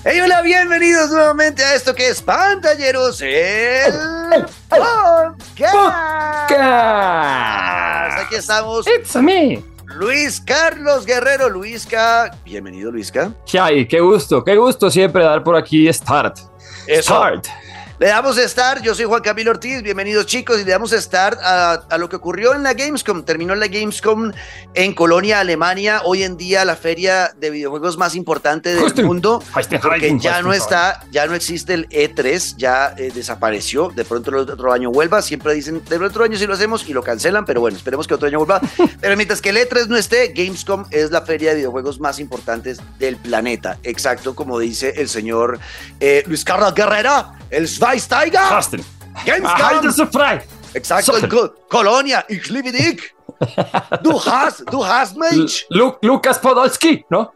Hey, hola, bienvenidos nuevamente a esto que es Pantalleros, el podcast. Aquí estamos. It's me. Luis Carlos Guerrero, Luisca. Bienvenido, Luisca. Ay, qué gusto siempre dar por aquí Start. Start. Le damos start, yo soy Juan Camilo Ortiz, bienvenidos chicos, y le damos start a lo que ocurrió en la Gamescom. Terminó la Gamescom en Colonia, Alemania, hoy en día la feria de videojuegos más importante del mundo, porque ya no existe el E3, ya desapareció, de pronto el otro año vuelva, siempre dicen, del otro año sí lo hacemos y lo cancelan, pero bueno, esperemos que otro año vuelva. Pero mientras que el E3 no esté, Gamescom es la feria de videojuegos más importante del planeta, exacto como dice el señor Luis Carlos Guerrero, el Schweinsteiger. Gamescom. Exacto, Colonia, ich liebe dich. Du hast mich. Lucas Podolski, ¿no?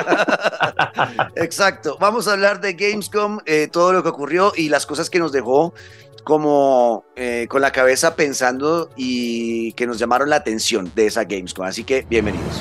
Exacto, vamos a hablar de Gamescom, todo lo que ocurrió y las cosas que nos dejó como con la cabeza pensando y que nos llamaron la atención de esa Gamescom, así que bienvenidos.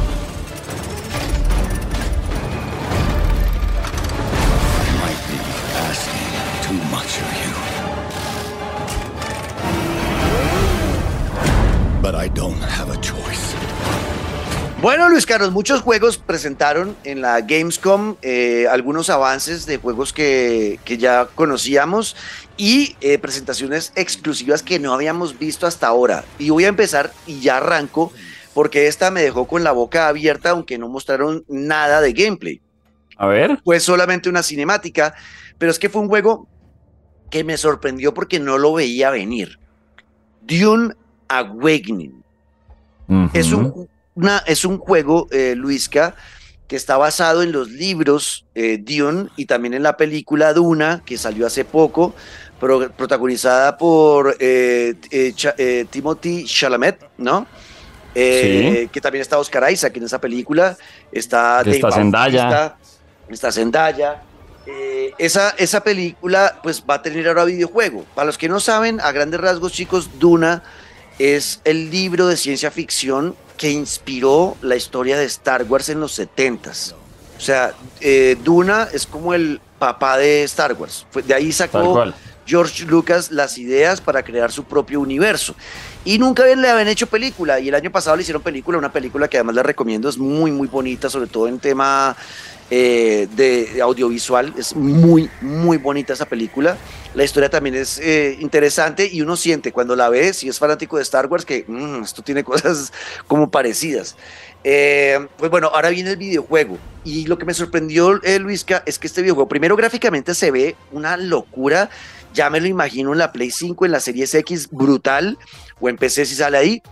But I don't have a choice. Bueno, Luis Carlos, muchos juegos presentaron en la Gamescom, algunos avances de juegos que ya conocíamos y presentaciones exclusivas que no habíamos visto hasta ahora. Y voy a empezar y ya arranco porque esta me dejó con la boca abierta, aunque no mostraron nada de gameplay. A ver. Fue solamente una cinemática, pero es que fue un juego que me sorprendió porque no lo veía venir. Dune Awakening. Uh-huh. Es un juego, Luisca, que está basado en los libros Dune y también en la película Duna, que salió hace poco, protagonizada por Timothée Chalamet, ¿no? Sí. Que también está Oscar Isaac en esa película. Está Zendaya. Está Zendaya. Esa película pues va a tener ahora videojuego. Para los que no saben, a grandes rasgos, chicos, Duna es el libro de ciencia ficción que inspiró la historia de Star Wars en los 70s. O sea, Duna es como el papá de Star Wars. De ahí sacó George Lucas las ideas para crear su propio universo. Y nunca le habían hecho película. Y el año pasado le hicieron película, una película que además les recomiendo, es muy, muy bonita, sobre todo en tema de audiovisual. Es muy, muy bonita esa película. La historia también es interesante y uno siente cuando la ve, si es fanático de Star Wars, que esto tiene cosas como parecidas. Pues bueno, ahora viene el videojuego y lo que me sorprendió, Luisca, es que este videojuego, primero gráficamente se ve una locura, ya me lo imagino en la Play 5, en la Series X, brutal, o en PC si sale ahí.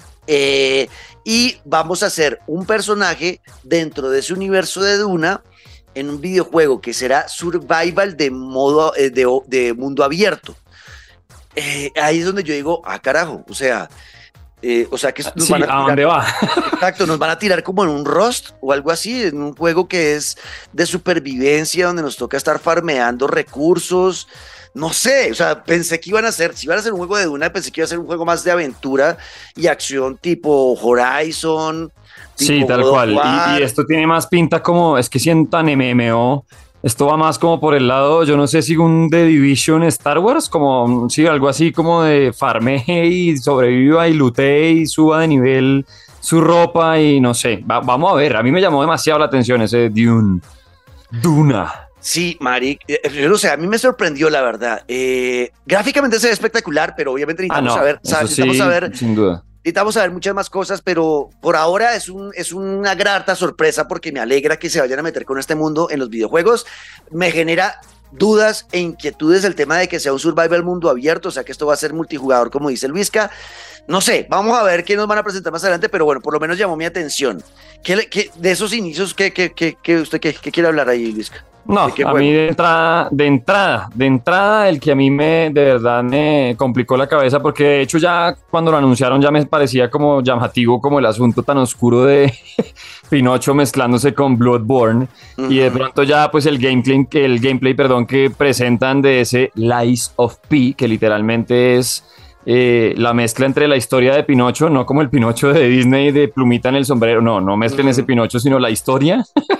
Y vamos a hacer un personaje dentro de ese universo de Duna en un videojuego que será survival de mundo abierto. Ahí es donde yo digo, carajo, o sea que nos van a tirar, ¿a dónde va? Exacto, nos van a tirar como en un Rust o algo así, en un juego que es de supervivencia, donde nos toca estar farmeando recursos. No sé, o sea, pensé que si iban a hacer un juego de Duna, pensé que iba a ser un juego más de aventura y acción tipo Horizon. Sí, tal cual. Y esto tiene más pinta como, es que sientan MMO, esto va más como por el lado, yo no sé si un The Division Star Wars, como, sí, algo así como de farmee y sobreviva y lootee y suba de nivel su ropa y no sé, vamos a ver, a mí me llamó demasiado la atención ese Duna. Sí, Mari, yo no sé, a mí me sorprendió la verdad. Gráficamente se ve espectacular, pero obviamente necesitamos saber, sin duda. Necesitamos saber muchas más cosas, pero por ahora es una grata sorpresa porque me alegra que se vayan a meter con este mundo en los videojuegos. Me genera dudas e inquietudes el tema de que sea un survival mundo abierto, o sea que esto va a ser multijugador, como dice Luisca. No sé, vamos a ver qué nos van a presentar más adelante, pero bueno, por lo menos llamó mi atención. De esos inicios, ¿qué quiere hablar ahí, Luisca? No, a mí de entrada, el que a mí de verdad me complicó la cabeza, porque de hecho ya cuando lo anunciaron ya me parecía como llamativo como el asunto tan oscuro de Pinocho mezclándose con Bloodborne, y de pronto ya pues el gameplay que presentan de ese Lies of P, que literalmente es la mezcla entre la historia de Pinocho, no como el Pinocho de Disney de plumita en el sombrero, no mezclen ese Pinocho, sino la historia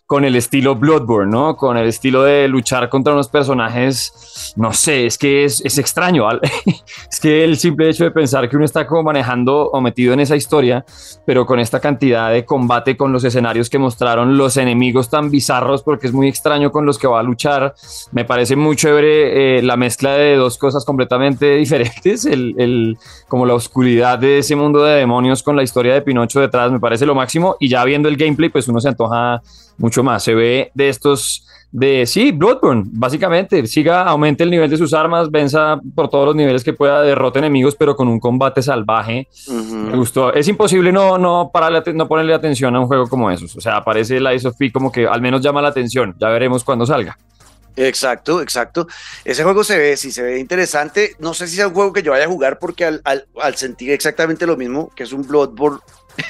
con el estilo Bloodborne, ¿no? Con el estilo de luchar contra unos personajes, no sé, es que es extraño. Es que el simple hecho de pensar que uno está como manejando o metido en esa historia, pero con esta cantidad de combate, con los escenarios que mostraron, los enemigos tan bizarros, porque es muy extraño con los que va a luchar, me parece muy chévere la mezcla de dos cosas completamente diferentes, como la oscuridad de ese mundo de demonios con la historia de Pinocho detrás, me parece lo máximo, y ya viendo el gameplay, pues uno se antoja mucho más, se ve de estos... Sí, Bloodborne, básicamente, aumente el nivel de sus armas, venza por todos los niveles que pueda, derrote enemigos, pero con un combate salvaje. Me gustó. Es imposible no ponerle atención a un juego como esos. O sea, aparece Lies of P como que al menos llama la atención. Ya veremos cuando salga. Exacto. Ese juego se ve interesante. No sé si es un juego que yo vaya a jugar porque al sentir exactamente lo mismo, que es un Bloodborne,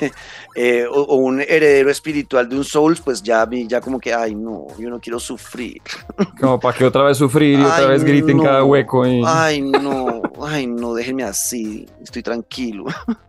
o un heredero espiritual de un Souls, pues ya como que, ay no, yo no quiero sufrir. Como para que otra vez sufrir y otra vez griten cada hueco. Ay no, déjenme así, estoy tranquilo.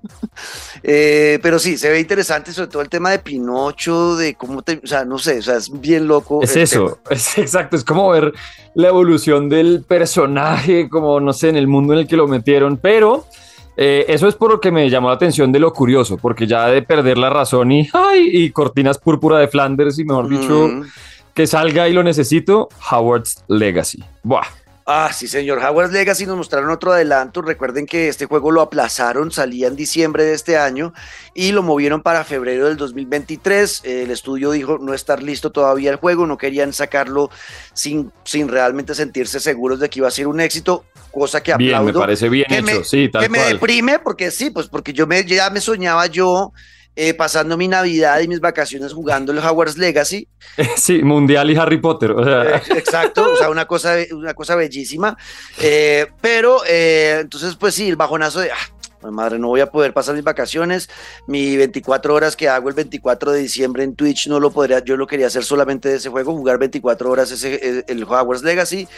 Pero sí, se ve interesante, sobre todo el tema de Pinocho, de cómo o sea, no sé, o sea, es bien loco. Es eso, es exacto, es como ver la evolución del personaje, como no sé, en el mundo en el que lo metieron, pero... eso es por lo que me llamó la atención de lo curioso, porque ya de perder la razón y cortinas púrpura de Flanders y mejor dicho, que salga y lo necesito, Hogwarts Legacy. Buah. Ah, sí, señor. Hogwarts Legacy nos mostraron otro adelanto. Recuerden que este juego lo aplazaron, salía en diciembre de este año y lo movieron para febrero del 2023. El estudio dijo no estar listo todavía el juego, no querían sacarlo sin realmente sentirse seguros de que iba a ser un éxito, cosa que aplaudo. Bien, me parece bien hecho, sí, tal cual. Que me deprime porque sí, pues porque ya me soñaba yo pasando mi Navidad y mis vacaciones jugando el Hogwarts Legacy. Sí, Mundial y Harry Potter. O sea. Exacto, o sea, una cosa bellísima. Pero entonces, pues sí, el bajonazo de, madre, no voy a poder pasar mis vacaciones. Mi 24 horas que hago el 24 de diciembre en Twitch no lo podría, yo lo quería hacer solamente de ese juego, jugar 24 horas el Hogwarts Legacy.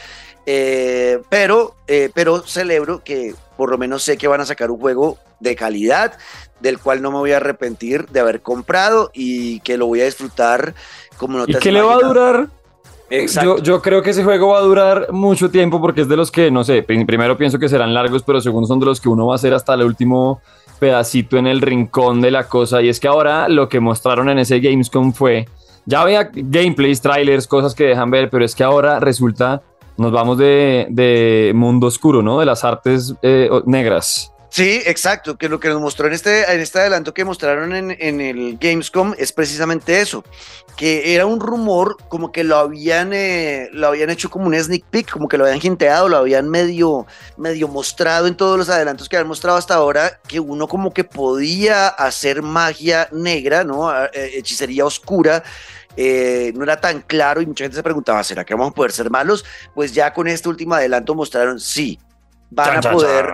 Pero celebro que por lo menos sé que van a sacar un juego de calidad, del cual no me voy a arrepentir de haber comprado y que lo voy a disfrutar como no te has imaginado. ¿Y qué le va a durar? Exacto. Yo creo que ese juego va a durar mucho tiempo porque es de los que, no sé, primero pienso que serán largos, pero segundo son de los que uno va a hacer hasta el último pedacito en el rincón de la cosa. Y es que ahora lo que mostraron en ese Gamescom fue, ya había gameplays, trailers, cosas que dejan ver, pero es que ahora resulta, nos vamos de mundo oscuro, ¿no? De las artes negras. Sí, exacto, que lo que nos mostró en este adelanto que mostraron en el Gamescom es precisamente eso, que era un rumor como que lo habían hecho como un sneak peek, como que lo habían hinteado, lo habían medio mostrado en todos los adelantos que habían mostrado hasta ahora, que uno como que podía hacer magia negra, ¿no? Hechicería oscura. No era tan claro y mucha gente se preguntaba, ¿será que vamos a poder ser malos? Pues ya con este último adelanto mostraron, sí, van a poder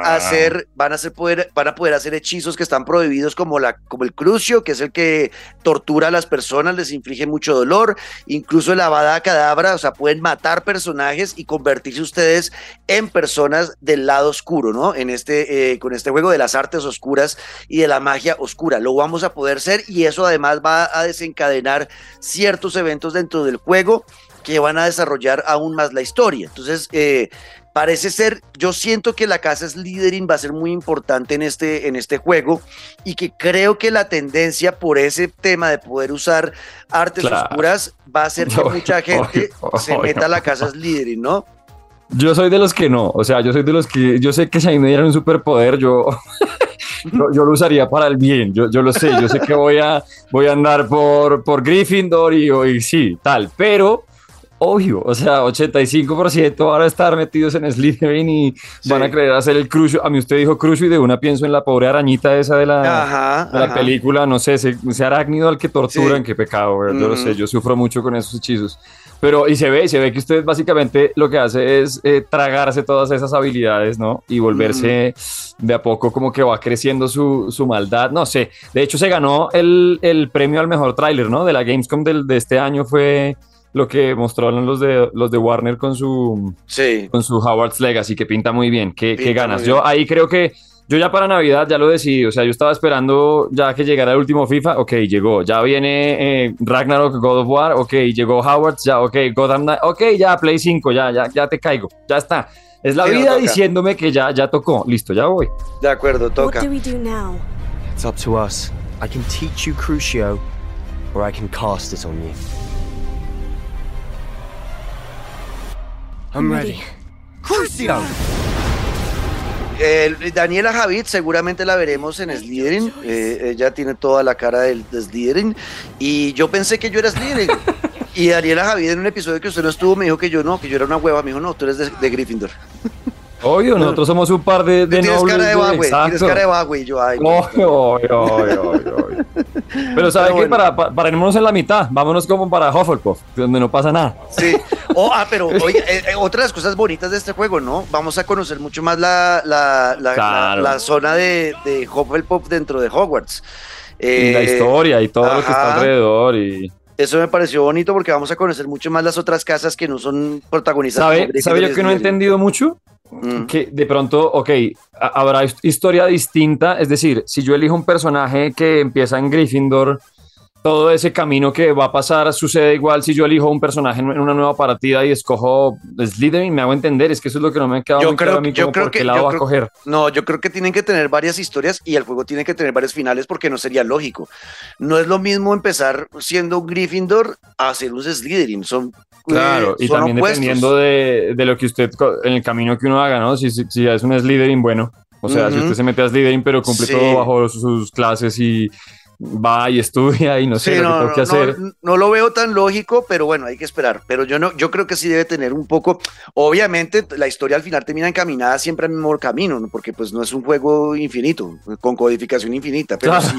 hacer hechizos que están prohibidos como el Crucio, que es el que tortura a las personas, les inflige mucho dolor, incluso el Avada Kedavra, o sea, pueden matar personajes y convertirse ustedes en personas del lado oscuro, ¿no? Con este juego de las artes oscuras y de la magia oscura, lo vamos a poder ser y eso además va a desencadenar ciertos eventos dentro del juego que van a desarrollar aún más la historia. Entonces, parece ser, yo siento que la casa Slytherin va a ser muy importante en este juego y que creo que la tendencia por ese tema de poder usar artes oscuras va a hacer que mucha gente se meta a la casa Slytherin, ¿no? Yo soy de los que no, o sea, yo soy de los que, yo sé que si a mí me dieran un superpoder, yo lo usaría para el bien, yo lo sé, yo sé que voy a andar por Gryffindor y sí, tal, pero... Obvio, o sea, 85% van a estar metidos en Slytherin y van a querer hacer el Crucio. A mí usted dijo Crucio y de una pienso en la pobre arañita esa de la película, no sé, ese arácnido al que torturan, qué pecado, yo lo sé, yo sufro mucho con esos hechizos. Pero, y se ve que usted básicamente lo que hace es tragarse todas esas habilidades, ¿no? Y volverse de a poco como que va creciendo su maldad, no sé. De hecho, se ganó el premio al mejor tráiler, ¿no? De la Gamescom de este año fue... lo que mostraron los de Warner con su Hogwarts Legacy, que pinta muy bien, qué ganas. Yo ahí creo que Yo ya para Navidad ya lo decidí, o sea, yo estaba esperando ya que llegara el último FIFA, ok, llegó, ya viene Ragnarok, God of War, ok, llegó Howard, ya, ok, Gotham Knight, ok, ya Play 5, ya te caigo, ya está. Es la Sí, no vida toca. diciéndome que ya tocó, listo, ya voy. De acuerdo, What toca. do we do now? It's up to us. I can teach you Crucio, or I can cast it on you. I'm ready. Crucio! Daniela Javid seguramente la veremos en Slytherin. Ella tiene toda la cara de Slytherin. Y yo pensé que yo era Slytherin. Y Daniela Javid en un episodio que usted no estuvo me dijo que yo no, que yo era una hueva. Me dijo, no, tú eres de Gryffindor. Obvio, nosotros somos un par de Tienes nobles. cara de bagüe, tienes Exacto. cara de bagüe. Y yo, ay, Obvio. Pero ¿sabe qué? bueno. Parémonos en la mitad, vámonos como para Hufflepuff, donde no pasa nada. Sí. Pero oye, otra de las cosas bonitas de este juego, ¿no? Vamos a conocer mucho más Claro. la zona de Hufflepuff dentro de Hogwarts. Y la historia y todo lo que está ajá. alrededor y... Eso me pareció bonito porque vamos a conocer mucho más las otras casas que no son protagonistas. ¿Sabe como yo Gryffindor y que no he Slytherin? entendido mucho? Que de pronto, ok, habrá historia distinta, es decir, si yo elijo un personaje que empieza en Gryffindor, todo ese camino que va a pasar sucede igual si yo elijo un personaje en una nueva partida y escojo Slytherin, me hago entender, es que eso es lo que no me queda muy claro a mí, como por qué lado va a coger. No, yo creo que tienen que tener varias historias y el juego tiene que tener varios finales porque no sería lógico. No es lo mismo empezar siendo un Gryffindor a ser un Slytherin. Claro, y son también opuestos. dependiendo de lo que usted, en el camino que uno haga, ¿no? Si es un Slytherin, bueno, o sea, si Ujú. usted se mete a Slytherin pero cumple Sí. todo bajo sus clases y va y estudia y no sé Sí, lo que tengo que hacer. no lo veo tan lógico, pero bueno, hay que esperar. Pero yo creo que sí debe tener un poco. Obviamente, la historia al final termina encaminada siempre al mismo camino, ¿no? Porque pues no es un juego infinito, con codificación infinita. Pero Claro, sí,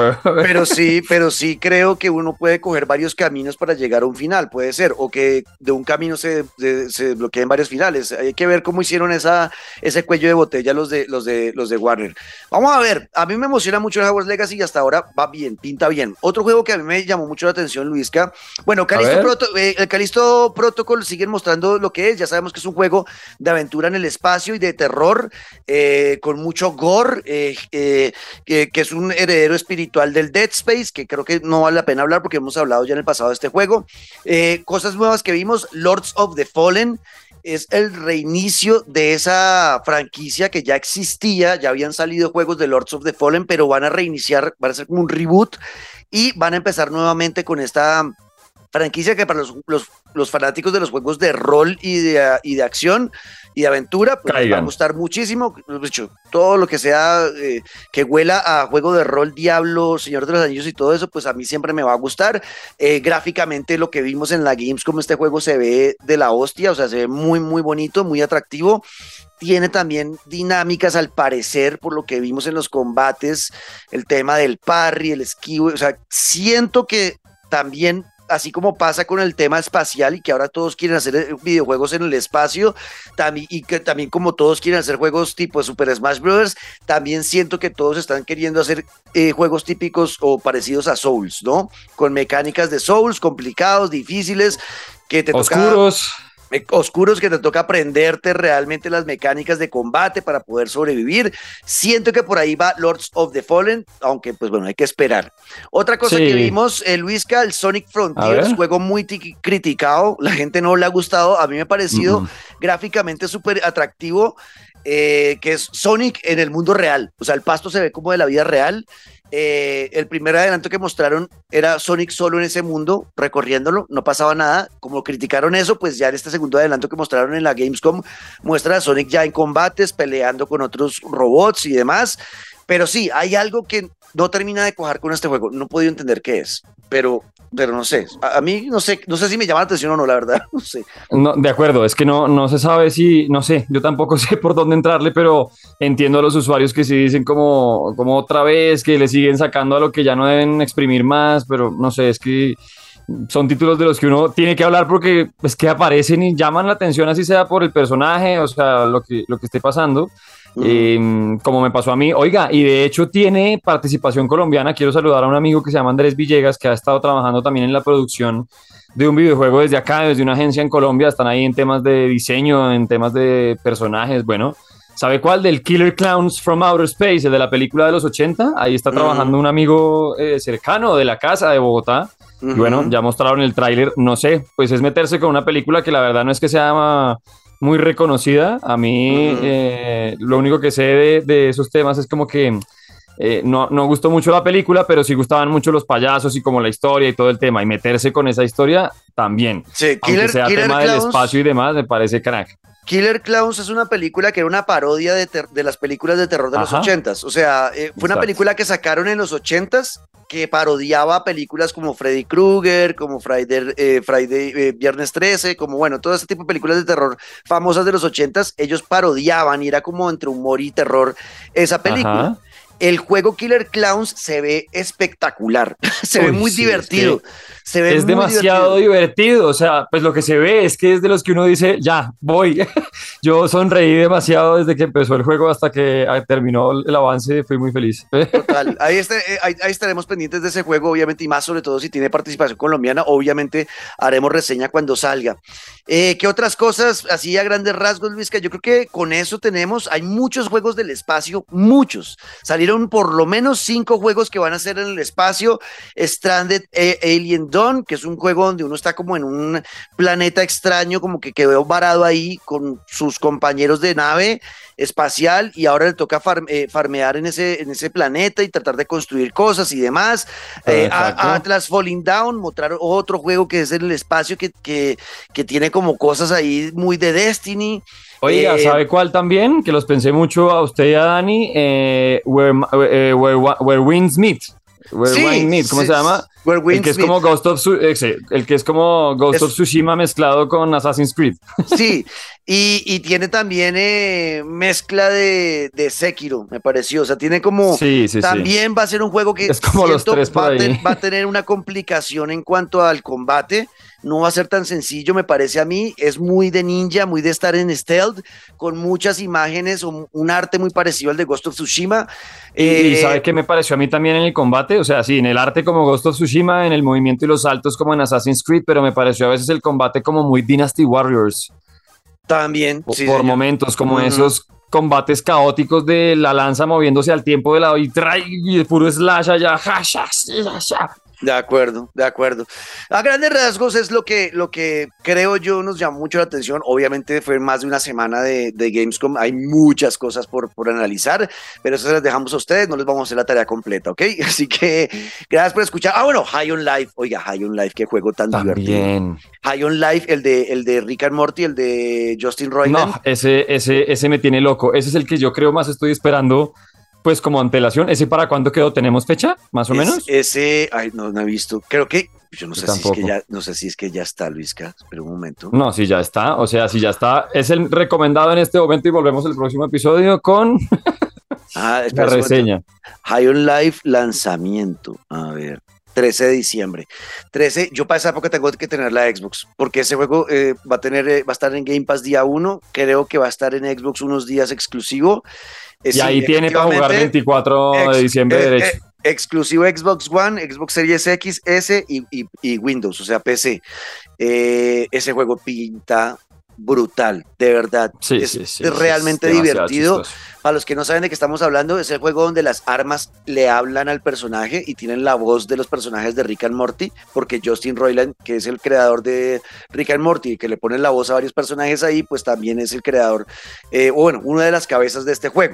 obvio. pero sí creo que uno puede coger varios caminos para llegar a un final, puede ser, o que de un camino se bloqueen varios finales. Hay que ver cómo hicieron ese cuello de botella los de Warner. Vamos a ver, a mí me emociona mucho el Hogwarts Legacy y hasta ahora va bien, pinta bien. Otro juego que a mí me llamó mucho la atención, Luisca. Bueno, el Callisto Protocol siguen mostrando lo que es. Ya sabemos que es un juego de aventura en el espacio y de terror, con mucho gore, que es un heredero espiritual del Dead Space, que creo que no vale la pena hablar porque hemos hablado ya en el pasado de este juego. Cosas nuevas que vimos, Lords of the Fallen. Es el reinicio de esa franquicia que ya existía, ya habían salido juegos de Lords of the Fallen, pero van a reiniciar, van a ser como un reboot y van a empezar nuevamente con esta franquicia que para los fanáticos de los juegos de rol y de acción y de aventura, pues les va a gustar muchísimo. De hecho, todo lo que sea que huela a juego de rol, Diablo, Señor de los Anillos y todo eso, pues a mí siempre me va a gustar. Gráficamente lo que vimos en la Gamescom, este juego se ve de la hostia, o sea, se ve muy, muy bonito, muy atractivo. Tiene también dinámicas al parecer, por lo que vimos en los combates, el tema del parry, el esquivo, o sea, siento que también, así como pasa con el tema espacial y que ahora todos quieren hacer videojuegos en el espacio, y que también como todos quieren hacer juegos tipo Super Smash Bros., también siento que todos están queriendo hacer juegos típicos o parecidos a Souls, ¿no? Con mecánicas de Souls, complicados, difíciles, que te oscuros, que te toca aprenderte realmente las mecánicas de combate para poder sobrevivir. Siento que por ahí va Lords of the Fallen, aunque pues bueno, hay que esperar. Otra cosa que vimos, Luisca, el Sonic Frontiers, juego muy criticado, la gente no le ha gustado, a mí me ha parecido gráficamente súper atractivo, que es Sonic en el mundo real, o sea, el pasto se ve como de la vida real. El primer adelanto que mostraron era Sonic solo en ese mundo, recorriéndolo, no pasaba nada. Como criticaron eso, pues ya en este segundo adelanto que mostraron en la Gamescom, muestra a Sonic ya en combates, peleando con otros robots y demás. Pero sí, hay algo que no termina de cuajar con este juego, no he podido entender qué es, pero no sé, a mí no sé si me llama la atención o no, la verdad, no sé. No, de acuerdo, es que no se sabe si, no sé, yo tampoco sé por dónde entrarle, pero entiendo a los usuarios que sí dicen como otra vez, que le siguen sacando a lo que ya no deben exprimir más, pero no sé, es que son títulos de los que uno tiene que hablar porque es que aparecen y llaman la atención, así sea por el personaje, o sea, lo que esté pasando. Como me pasó a mí, oiga, y de hecho tiene participación colombiana. Quiero saludar a un amigo que se llama Andrés Villegas, que ha estado trabajando también en la producción de un videojuego desde acá, desde una agencia en Colombia. Están ahí en temas de diseño, en temas de personajes, bueno, ¿Sabe cuál? Del Killer Clowns from Outer Space, el de la película de los 80. Ahí está trabajando un amigo cercano de la casa de Bogotá. Y bueno, ya mostraron el tráiler, no sé, pues es meterse con una película que la verdad no es que sea muy reconocida. A mí lo único que sé de esos temas es como que no gustó mucho la película, pero sí gustaban mucho los payasos y como la historia y todo el tema. Y meterse con esa historia también. Sí, aunque sea tema del espacio y demás, me parece crack. Killer Clowns es una película que era una parodia de las películas de terror de los 80s. O sea, fue una película que sacaron en los 80s que parodiaba películas como Freddy Krueger, como Friday Viernes 13, como bueno, todo ese tipo de películas de terror famosas de los 80s, ellos parodiaban y era como entre humor y terror esa película. El juego Killer Clowns se ve espectacular, se ve muy divertido. Es demasiado divertido, o sea, pues lo que se ve es que es de los que uno dice, ya, voy. Yo sonreí demasiado desde que empezó el juego hasta que terminó el avance, fui muy feliz. Total, ahí estaremos pendientes de ese juego, obviamente, y más sobre todo si tiene participación colombiana, obviamente haremos reseña cuando salga. ¿Qué otras cosas, así a grandes rasgos, Luisca? Yo creo que con eso hay muchos juegos del espacio, muchos. Salieron por lo menos 5 juegos que van a ser en el espacio. Stranded Alien Dawn, que es un juego donde uno está como en un planeta extraño, como que quedó varado ahí con sus compañeros de nave espacial y ahora le toca farmear en ese planeta y tratar de construir cosas y demás. Atlas Falling Down, mostrar otro juego que es en el espacio que tiene como cosas ahí muy de Destiny. Oiga, ¿sabe cuál también? Que los pensé mucho a usted y a Dani. Where Winds Meet. ¿Cómo se llama? El que es como Ghost of Tsushima mezclado con Assassin's Creed. Sí, y tiene también mezcla de Sekiro, me pareció. O sea, tiene como... también va a ser un juego que es como los tres por ahí. Va a tener una complicación en cuanto al combate. No va a ser tan sencillo, me parece a mí. Es muy de ninja, muy de estar en stealth, con muchas imágenes, un arte muy parecido al de Ghost of Tsushima. ¿Y sabe qué me pareció a mí también en el combate? O sea, sí, en el arte como Ghost of Tsushima, en el movimiento y los saltos como en Assassin's Creed, pero me pareció a veces el combate como muy Dynasty Warriors. También, sí, por momentos, como esos combates caóticos de la lanza moviéndose al tiempo de lado y el puro slash allá. De acuerdo. A grandes rasgos es lo que creo yo nos llamó mucho la atención. Obviamente fue más de una semana de Gamescom. Hay muchas cosas por analizar, pero eso se las dejamos a ustedes. No les vamos a hacer la tarea completa, ¿ok? Así que gracias por escuchar. Bueno, High on Life. Oiga, High on Life, qué juego tan divertido. High on Life, el de Rick and Morty, el de Justin Roiland. No, ese me tiene loco. Ese es el que yo creo más estoy esperando. Pues como antelación, ¿ese para cuándo quedó? ¿Tenemos fecha, más o menos? No he visto. Creo que, yo no sé si es que ya está, Luisca. Espera un momento. No, si ya está, o sea, si ya está. Es el recomendado en este momento y volvemos el próximo episodio con la reseña. High on Life lanzamiento. A ver. 13 de diciembre. Yo para esa época tengo que tener la Xbox, porque ese juego va a estar en Game Pass día 1. Creo que va a estar en Xbox unos días exclusivo. Y ahí tiene para jugar 24 de diciembre derecho. Exclusivo Xbox One, Xbox Series X, S y Windows, o sea, PC. Ese juego pinta brutal, de verdad. Es realmente divertido. Para los que no saben de qué estamos hablando, es el juego donde las armas le hablan al personaje y tienen la voz de los personajes de Rick and Morty, porque Justin Roiland, que es el creador de Rick and Morty, que le pone la voz a varios personajes ahí, pues también es el creador, una de las cabezas de este juego.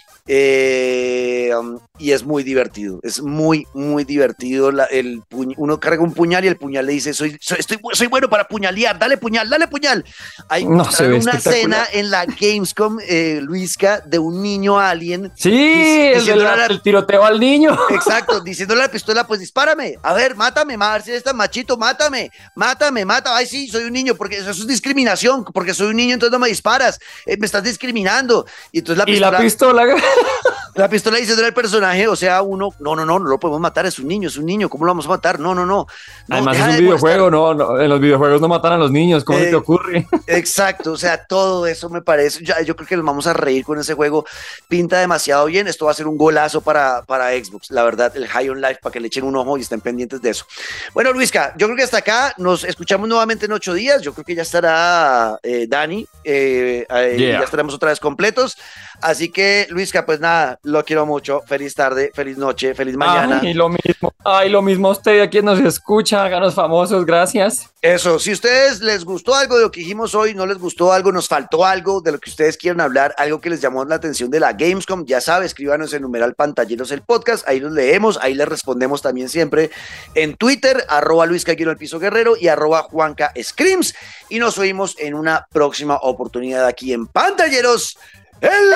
Y es muy divertido, es muy divertido. Uno carga un puñal y el puñal le dice: soy bueno para puñalear, dale puñal. Hay una escena en la Gamescom, Luisca, de un niño alien. Sí, el tiroteo al niño. Exacto, diciéndole a la pistola: pues dispárame, a ver, mátame, a ver si eres tan machito, mátame. Ay, sí, soy un niño, porque eso es discriminación, porque soy un niño, entonces no me disparas, me estás discriminando. Y entonces la pistola La pistola diciendo al personaje, o sea, uno, no lo podemos matar, es un niño, ¿cómo lo vamos a matar? No. Además es un videojuego, no, en los videojuegos no matan a los niños, ¿cómo se te ocurre? Exacto, o sea, todo eso me parece, yo creo que nos vamos a reír con ese juego, pinta demasiado bien, esto va a ser un golazo para Xbox, la verdad, el High on Life, para que le echen un ojo y estén pendientes de eso. Bueno, Luisca, yo creo que hasta acá, nos escuchamos nuevamente en 8 días, yo creo que ya estará Dani, ya estaremos otra vez completos, así que Luisca, pues nada, lo quiero mucho, feliz tarde, feliz noche, feliz mañana. Lo mismo a usted, a quien nos escucha, háganos famosos, gracias. Eso, si a ustedes les gustó algo de lo que dijimos hoy, no les gustó algo, nos faltó algo de lo que ustedes quieran hablar, algo que les llamó la atención de la Gamescom, ya sabe, escríbanos en numeral pantalleros el podcast, ahí los leemos, ahí les respondemos también siempre en Twitter, @Luis_Guerrero y @JuancaScreams, y nos oímos en una próxima oportunidad aquí en Pantalleros, el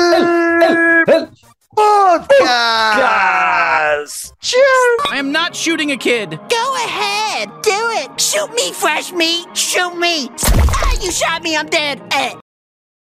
podcast. I am not shooting a kid. Go ahead, do it. Shoot me, fresh meat. Shoot me. Ah, you shot me, I'm dead.